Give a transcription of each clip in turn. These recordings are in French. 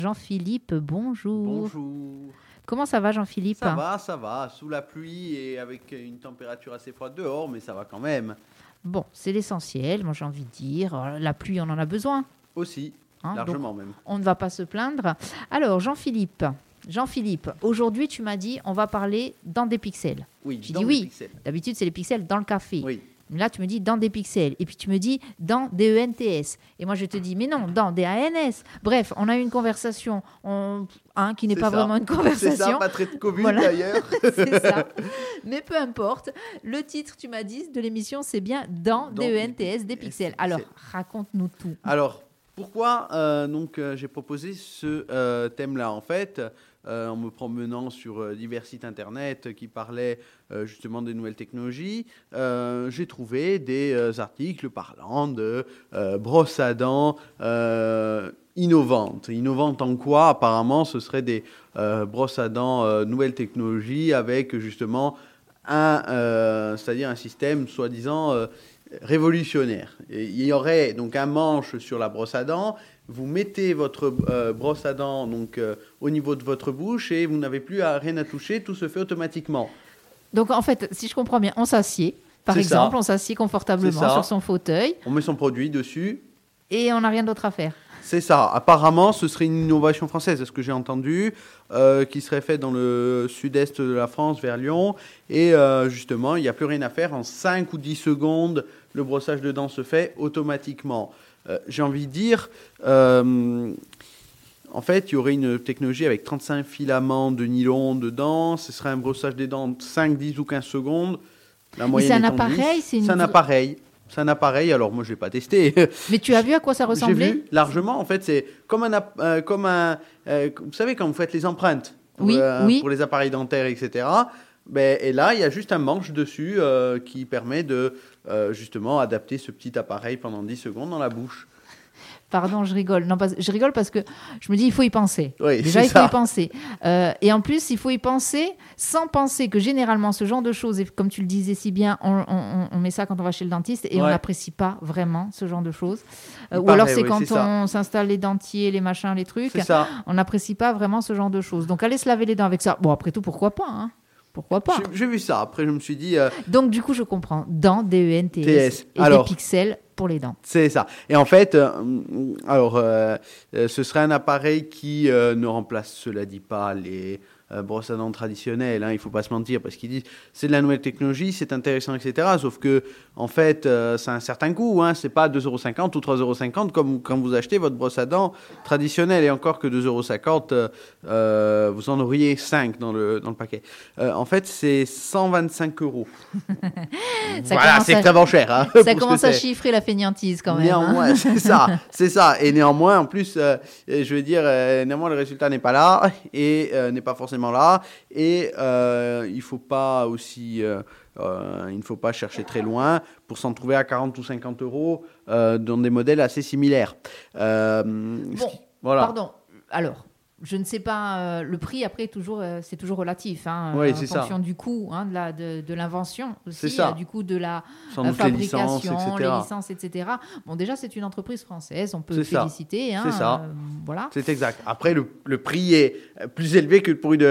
Jean-Philippe, bonjour. Bonjour. Comment ça va, Jean-Philippe? Ça va, sous la pluie et avec une température assez froide dehors, mais ça va quand même. Bon, c'est l'essentiel, moi j'ai envie de dire. La pluie, on en a besoin. Aussi, Hein, largement donc, même. on ne va pas se plaindre. Alors, Jean-Philippe, aujourd'hui tu m'as dit on va parler dans des pixels. Oui, Tu dans dis les oui. pixels. D'habitude, c'est les pixels dans le café. Oui, Là, tu me dis dans des pixels. Et puis tu me dis dans des ENTS. Et moi, je te dis, mais non, dans des ANS. Bref, on a eu une conversation qui n'est c'est pas ça. vraiment une C'est conversation. ça, pas très de Covid Voilà. d'ailleurs. C'est ça. Mais peu importe. Le titre, tu m'as dit, de l'émission, c'est bien dans des ENTS, des pixels. Alors, raconte-nous tout. Alors, pourquoi j'ai proposé ce thème-là en fait en me promenant sur divers sites internet qui parlaient justement des nouvelles technologies, j'ai trouvé des articles parlant de brosses à dents innovantes. Innovantes en quoi? Apparemment, ce seraient des brosses à dents nouvelles technologies avec justement c'est-à-dire un système soi-disant révolutionnaire. Et il y aurait donc un manche sur la brosse à dents. Vous mettez votre brosse à dents au niveau de votre bouche et vous n'avez plus rien à toucher. Tout se fait automatiquement. Donc, en fait, si je comprends bien, on s'assied. Par C'est exemple, ça. on s'assied C'est confortablement ça. sur son fauteuil On met son produit dessus. et on n'a rien d'autre à faire. C'est ça. Apparemment, ce serait une innovation française, c'est ce que j'ai entendu, qui serait faite dans le sud-est de la France, vers Lyon. Et justement, il n'y a plus rien à faire. En 5 ou 10 secondes, le brossage de dents se fait automatiquement. J'ai envie de dire, en fait, il y aurait une technologie avec 35 filaments de nylon dedans. Ce serait un brossage des dents de 5, 10 ou 15 secondes. La Mais moyenne c'est un étant appareil, 10. c'est une- C'est un appareil. C'est un appareil. Alors, moi, je ne l'ai pas testé. Mais tu as vu à quoi ça J'ai ressemblait? vu largement. En fait, c'est comme vous savez, quand vous faites les empreintes Oui, oui. pour les appareils dentaires, etc. Et là, il y a juste un manche dessus qui permet de justement adapter ce petit appareil pendant 10 secondes dans la bouche. Pardon, je rigole. Non, je rigole parce que je me dis, il faut y penser. Oui, Déjà, c'est il faut ça. y penser. Et en plus, il faut y penser sans penser que généralement, ce genre de choses, et comme tu le disais si bien, on met ça quand on va chez le dentiste et on Ouais. n'apprécie pas vraiment ce genre de choses. Il Ou paraît, alors, c'est oui, quand c'est ça. on s'installe les dentiers, les machins, les trucs. C'est ça. On n'apprécie pas vraiment ce genre de choses. Donc, allez se laver les dents avec ça. Bon, après tout, pourquoi pas, hein? Pourquoi pas? J'ai vu ça. Après, je me suis dit, Donc, du coup, je comprends. Dents, DENTS TS. et Alors. des pixels pour les dents. c'est ça. Et en fait, ce serait un appareil qui ne remplace, cela dit, pas les brosses à dents traditionnelles. Hein, il ne faut pas se mentir parce qu'ils disent c'est de la nouvelle technologie, c'est intéressant, etc. Sauf que, en fait, ça a un certain coût. Hein, c'est pas 2,50 € ou 3,50 € comme quand vous achetez votre brosse à dents traditionnelle. Et encore que 2,50 €, vous en auriez 5 dans le paquet. En fait, c'est 125 €. Ça Voilà, commence c'est à- extrêmement cher. Hein, Ça pour ce que commence à c'est. chiffrer la fainéantise quand même. hein. Néanmoins, c'est ça. Et néanmoins, en plus, je veux dire, néanmoins, le résultat n'est pas là et n'est pas forcément là. Et il faut pas aussi, il ne faut pas chercher très loin pour s'en trouver à 40 ou 50 € dans des modèles assez similaires. Bon, Voilà. pardon. Alors, je ne sais pas, le prix après c'est toujours relatif, hein, Oui, en c'est ça. fonction du coût, hein, de l'invention aussi, C'est ça. du coût de la Sans doute les licences, fabrication, etc. les licences, etc. Bon, déjà c'est une entreprise française, on peut C'est ça. féliciter. Hein, C'est ça. voilà. C'est exact. Après, le prix est plus élevé que pour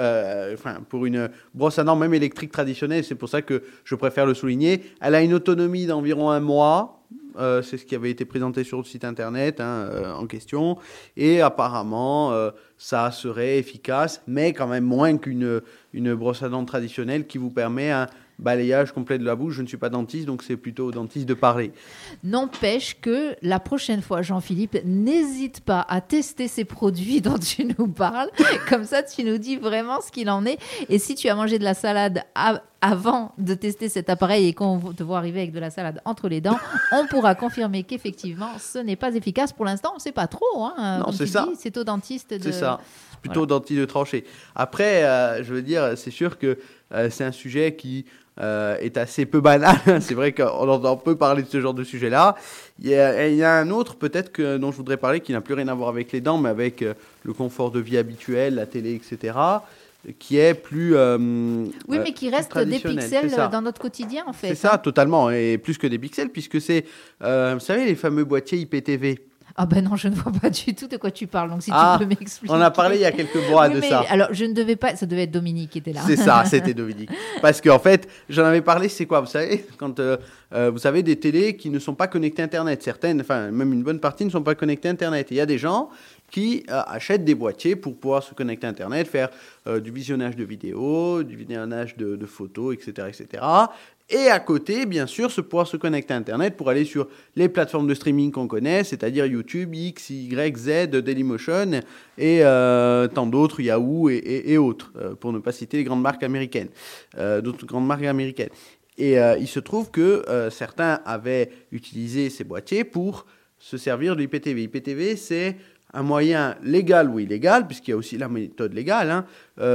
une brosse à dents, même électrique traditionnelle. C'est pour ça que je préfère le souligner. Elle a une autonomie d'environ 1 mois. C'est ce qui avait été présenté sur le site internet en question. Et apparemment, ça serait efficace, mais quand même moins une brosse à dents traditionnelle qui vous permet un balayage complet de la bouche. Je ne suis pas dentiste, donc c'est plutôt au dentiste de parler. N'empêche que la prochaine fois, Jean-Philippe, n'hésite pas à tester ces produits dont tu nous parles. Comme ça, tu nous dis vraiment ce qu'il en est. Et si tu as mangé de la salade avant de tester cet appareil et qu'on te voit arriver avec de la salade entre les dents, on pourra confirmer qu'effectivement, ce n'est pas efficace. Pour l'instant, on ne sait pas trop. Hein, Non, comme c'est tu ça. dis, c'est au dentiste de... C'est ça. C'est plutôt Voilà. dentiste de trancher. Après, je veux dire, c'est sûr que c'est un sujet qui est assez peu banal. C'est vrai qu'on entend peu parler de ce genre de sujet-là. Il y a un autre, peut-être, dont je voudrais parler, qui n'a plus rien à voir avec les dents, mais avec le confort de vie habituel, la télé, etc., qui est plus Oui, mais qui reste des traditionnel, pixels c'est ça. dans notre quotidien, en fait. C'est ça, totalement, et plus que des pixels, puisque c'est, vous savez, les fameux boîtiers IPTV. Ah ben non, je ne vois pas du tout de quoi tu parles. Donc si tu peux m'expliquer. On a parlé il y a quelques mois de ça. Alors je ne devais pas, ça devait être Dominique qui était là. C'est ça, c'était Dominique. Parce qu'en fait, j'en avais parlé, c'est quoi? Vous savez, quand vous savez des télés qui ne sont pas connectées à Internet, certaines, enfin même une bonne partie ne sont pas connectées à Internet. Et il y a des gens qui achètent des boîtiers pour pouvoir se connecter à Internet, faire du visionnage de vidéos, du visionnage de photos, etc., etc. Et à côté, bien sûr, pouvoir se connecter à Internet pour aller sur les plateformes de streaming qu'on connaît, c'est-à-dire YouTube, X, Y, Z, Dailymotion et tant d'autres, Yahoo et autres, pour ne pas citer les grandes marques américaines, d'autres grandes marques américaines. Et il se trouve que certains avaient utilisé ces boîtiers pour se servir de l'IPTV. IPTV, c'est un moyen légal ou illégal, puisqu'il y a aussi la méthode légale,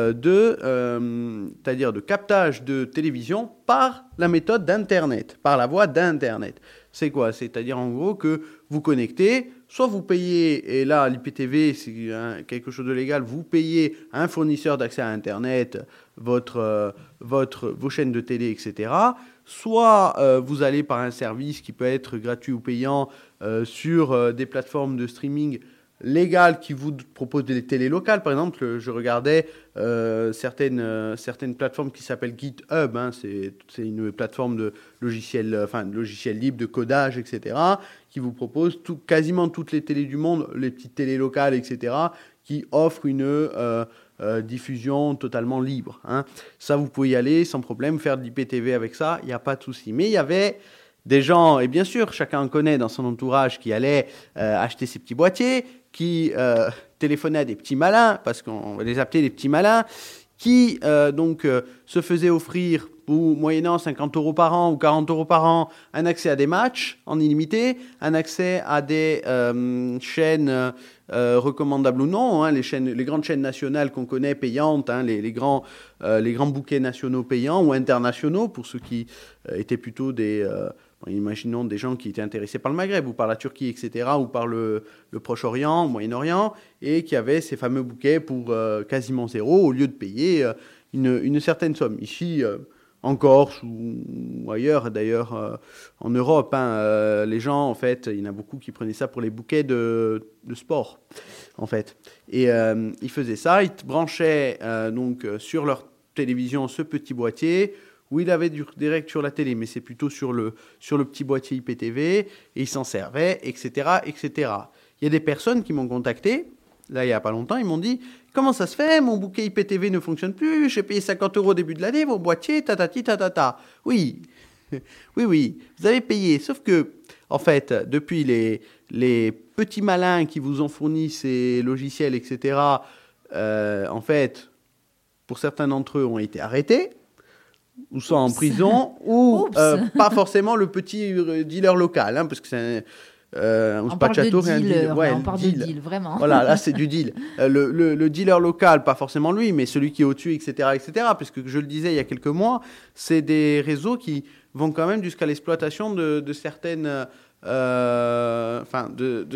c'est-à-dire de captage de télévision par la méthode d'Internet, par la voie d'Internet. C'est quoi? C'est-à-dire en gros que vous connectez, soit vous payez, et là l'IPTV c'est quelque chose de légal, vous payez à un fournisseur d'accès à Internet vos chaînes de télé, etc. Soit vous allez par un service qui peut être gratuit ou payant sur des plateformes de streaming légales qui vous proposent des télés locales. Par exemple, je regardais certaines plateformes qui s'appellent GitHub. C'est une plateforme de logiciels libres, de codage, etc., qui vous propose quasiment toutes les télés du monde, les petites télés locales, etc., qui offrent une diffusion totalement libre. Ça, vous pouvez y aller sans problème, faire de l'IPTV avec ça, il n'y a pas de souci. Mais il y avait des gens, et bien sûr, chacun en connaît dans son entourage, qui allaient acheter ces petits boîtiers, qui téléphonaient à des petits malins, parce qu'on va les appeler les petits malins, qui se faisaient offrir, moyennant 50 € par an ou 40 € par an, un accès à des matchs en illimité, un accès à des chaînes recommandables ou non, les grandes chaînes nationales qu'on connaît payantes, les grands bouquets nationaux payants ou internationaux, pour ceux qui étaient plutôt imaginons des gens qui étaient intéressés par le Maghreb ou par la Turquie, etc., ou par le Proche-Orient, le Moyen-Orient, et qui avaient ces fameux bouquets pour quasiment zéro, au lieu de payer une certaine somme. Ici, en Corse ou ailleurs, d'ailleurs en Europe, les gens, en fait, il y en a beaucoup qui prenaient ça pour les bouquets de sport, en fait. Et ils faisaient ça, ils branchaient sur leur télévision ce petit boîtier, où il avait du direct sur la télé, mais c'est plutôt sur le petit boîtier IPTV, et ils s'en servaient, etc., etc. Il y a des personnes qui m'ont contacté, là, il n'y a pas longtemps, ils m'ont dit « Comment ça se fait? Mon bouquet IPTV ne fonctionne plus, j'ai payé 50 € au début de l'année, mon boîtier, tatati, tatata. » Oui, oui, vous avez payé, sauf que, en fait, depuis les petits malins qui vous ont fourni ces logiciels, etc., en fait, pour certains d'entre eux, ont été arrêtés, ou soit en prison, ou pas forcément le petit dealer local, parce que c'est on parle de dealer, on parle de deal, vraiment. Voilà, là c'est du deal. Le dealer local, pas forcément lui, mais celui qui est au-dessus, etc., etc., puisque je le disais il y a quelques mois, c'est des réseaux qui vont quand même jusqu'à l'exploitation de certaines... certains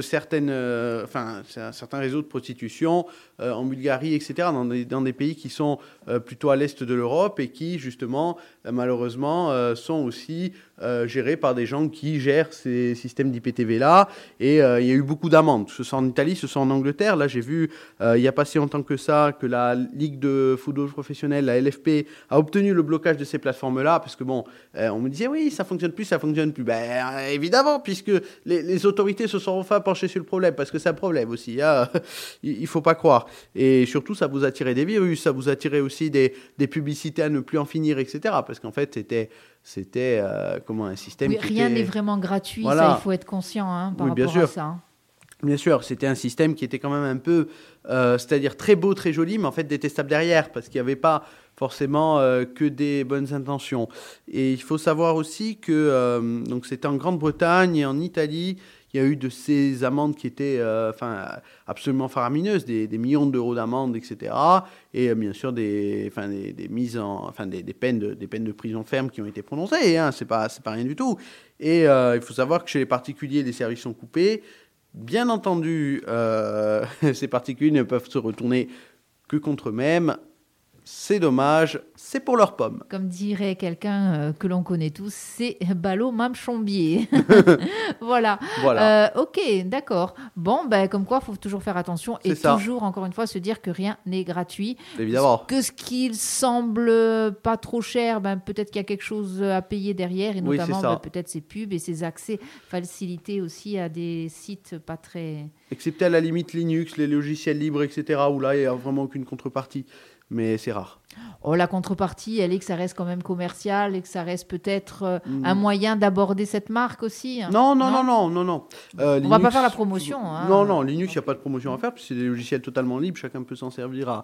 réseaux de prostitution en Bulgarie, etc., dans des pays qui sont plutôt à l'est de l'Europe et qui, justement, malheureusement, sont aussi gérés par des gens qui gèrent ces systèmes d'IPTV-là. Et il y a eu beaucoup d'amendes. Ce soit en Italie, ce soit en Angleterre. Là, j'ai vu, il n'y a pas si longtemps que ça, que la Ligue de football professionnel, la LFP, a obtenu le blocage de ces plateformes-là, parce que, on me disait, oui, ça fonctionne plus. Ben, évidemment, puisque les autorités se sont enfin penchées sur le problème, parce que c'est un problème aussi, il faut pas croire. Et surtout, ça vous attirait des virus, ça vous attirait aussi des publicités à ne plus en finir, etc. Parce qu'en fait, c'était un système rien n'est vraiment gratuit, voilà. Ça, il faut être conscient par rapport à ça. Bien sûr, c'était un système qui était quand même un peu, c'est-à-dire très beau, très joli, mais en fait détestable derrière, parce qu'il n'y avait pas forcément que des bonnes intentions. Et il faut savoir aussi que donc c'était en Grande-Bretagne et en Italie, il y a eu de ces amendes qui étaient absolument faramineuses, des millions d'euros d'amendes, etc. Et bien sûr des peines de prison ferme qui ont été prononcées. C'est pas rien du tout. Et il faut savoir que chez les particuliers, les services sont coupés. Bien entendu, ces particuliers ne peuvent se retourner que contre eux-mêmes. c'est dommage, c'est pour leurs pommes. Comme dirait quelqu'un que l'on connaît tous, c'est ballot mam chombier. Voilà. Ok, d'accord. Bon, ben, comme quoi, il faut toujours faire attention et toujours, encore une fois, se dire que rien n'est gratuit. Évidemment. Que ce qui semble pas trop cher, ben, peut-être qu'il y a quelque chose à payer derrière et notamment peut-être ces pubs et ces accès facilités aussi à des sites pas très... Excepté à la limite Linux, les logiciels libres, etc., où là, il n'y a vraiment aucune contrepartie. Mais c'est rare. Oh, la contrepartie, elle est que ça reste quand même commercial et que ça reste peut-être un moyen d'aborder cette marque aussi. Non. On Linux, va pas faire la promotion. Hein. Non, Linux, il n'y a pas de promotion à faire, puisque c'est des logiciels totalement libres. Chacun peut s'en servir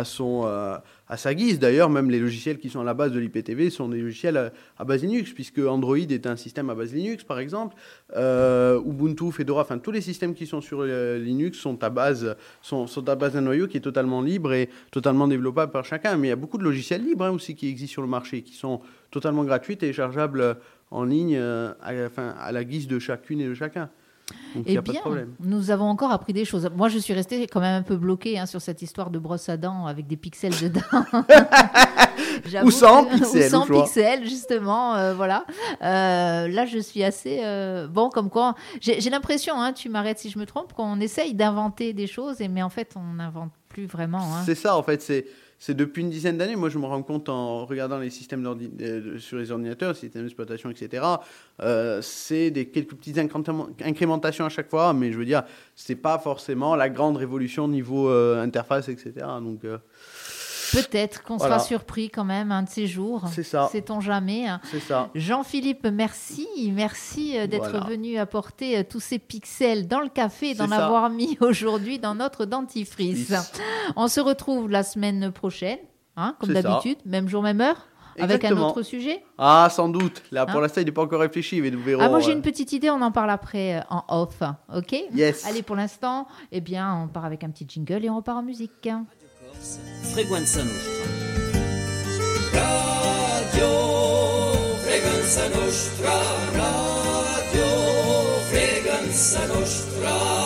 à sa guise. D'ailleurs, même les logiciels qui sont à la base de l'IPTV sont des logiciels à base Linux, puisque Android est un système à base Linux, par exemple. Ubuntu, Fedora, enfin tous les systèmes qui sont sur Linux sont à base d'un noyau qui est totalement libre et totalement développable par chacun. Mais il y a beaucoup de logiciels libres aussi qui existent sur le marché, qui sont totalement gratuits, téléchargeables en ligne à la guise de chacune et de chacun. Donc, eh bien, nous avons encore appris des choses. Moi, je suis restée quand même un peu bloquée sur cette histoire de brosse à dents avec des pixels dedans. Ou sans pixels. Ou sans pixels, justement. Voilà. Là, je suis assez... Bon, comme quoi... J'ai l'impression, tu m'arrêtes si je me trompe, qu'on essaye d'inventer des choses, mais en fait, on n'invente plus vraiment. C'est ça, en fait. C'est depuis une dizaine d'années, moi je me rends compte en regardant les systèmes sur les ordinateurs, systèmes d'exploitation, etc. C'est quelques petites incrémentations à chaque fois, mais je veux dire, c'est pas forcément la grande révolution niveau interface, etc. Donc, peut-être qu'on sera surpris quand même un de ces jours. C'est ça. Sait-on jamais. C'est ça. Jean-Philippe, merci d'être venu apporter tous ces pixels dans le café et d'en avoir mis aujourd'hui dans notre dentifrice. On se retrouve la semaine prochaine, comme d'habitude, même jour, même heure. Avec un autre sujet ? Ah, sans doute. Là, pour l'instant, il n'est pas encore réfléchi, mais nous verrons. Moi, j'ai une petite idée, on en parle après en off. OK ? Yes. Allez, pour l'instant, on part avec un petit jingle et on repart en musique. Frequenza Nostra. Radio Frequenza Nostra. Radio Frequenza Nostra.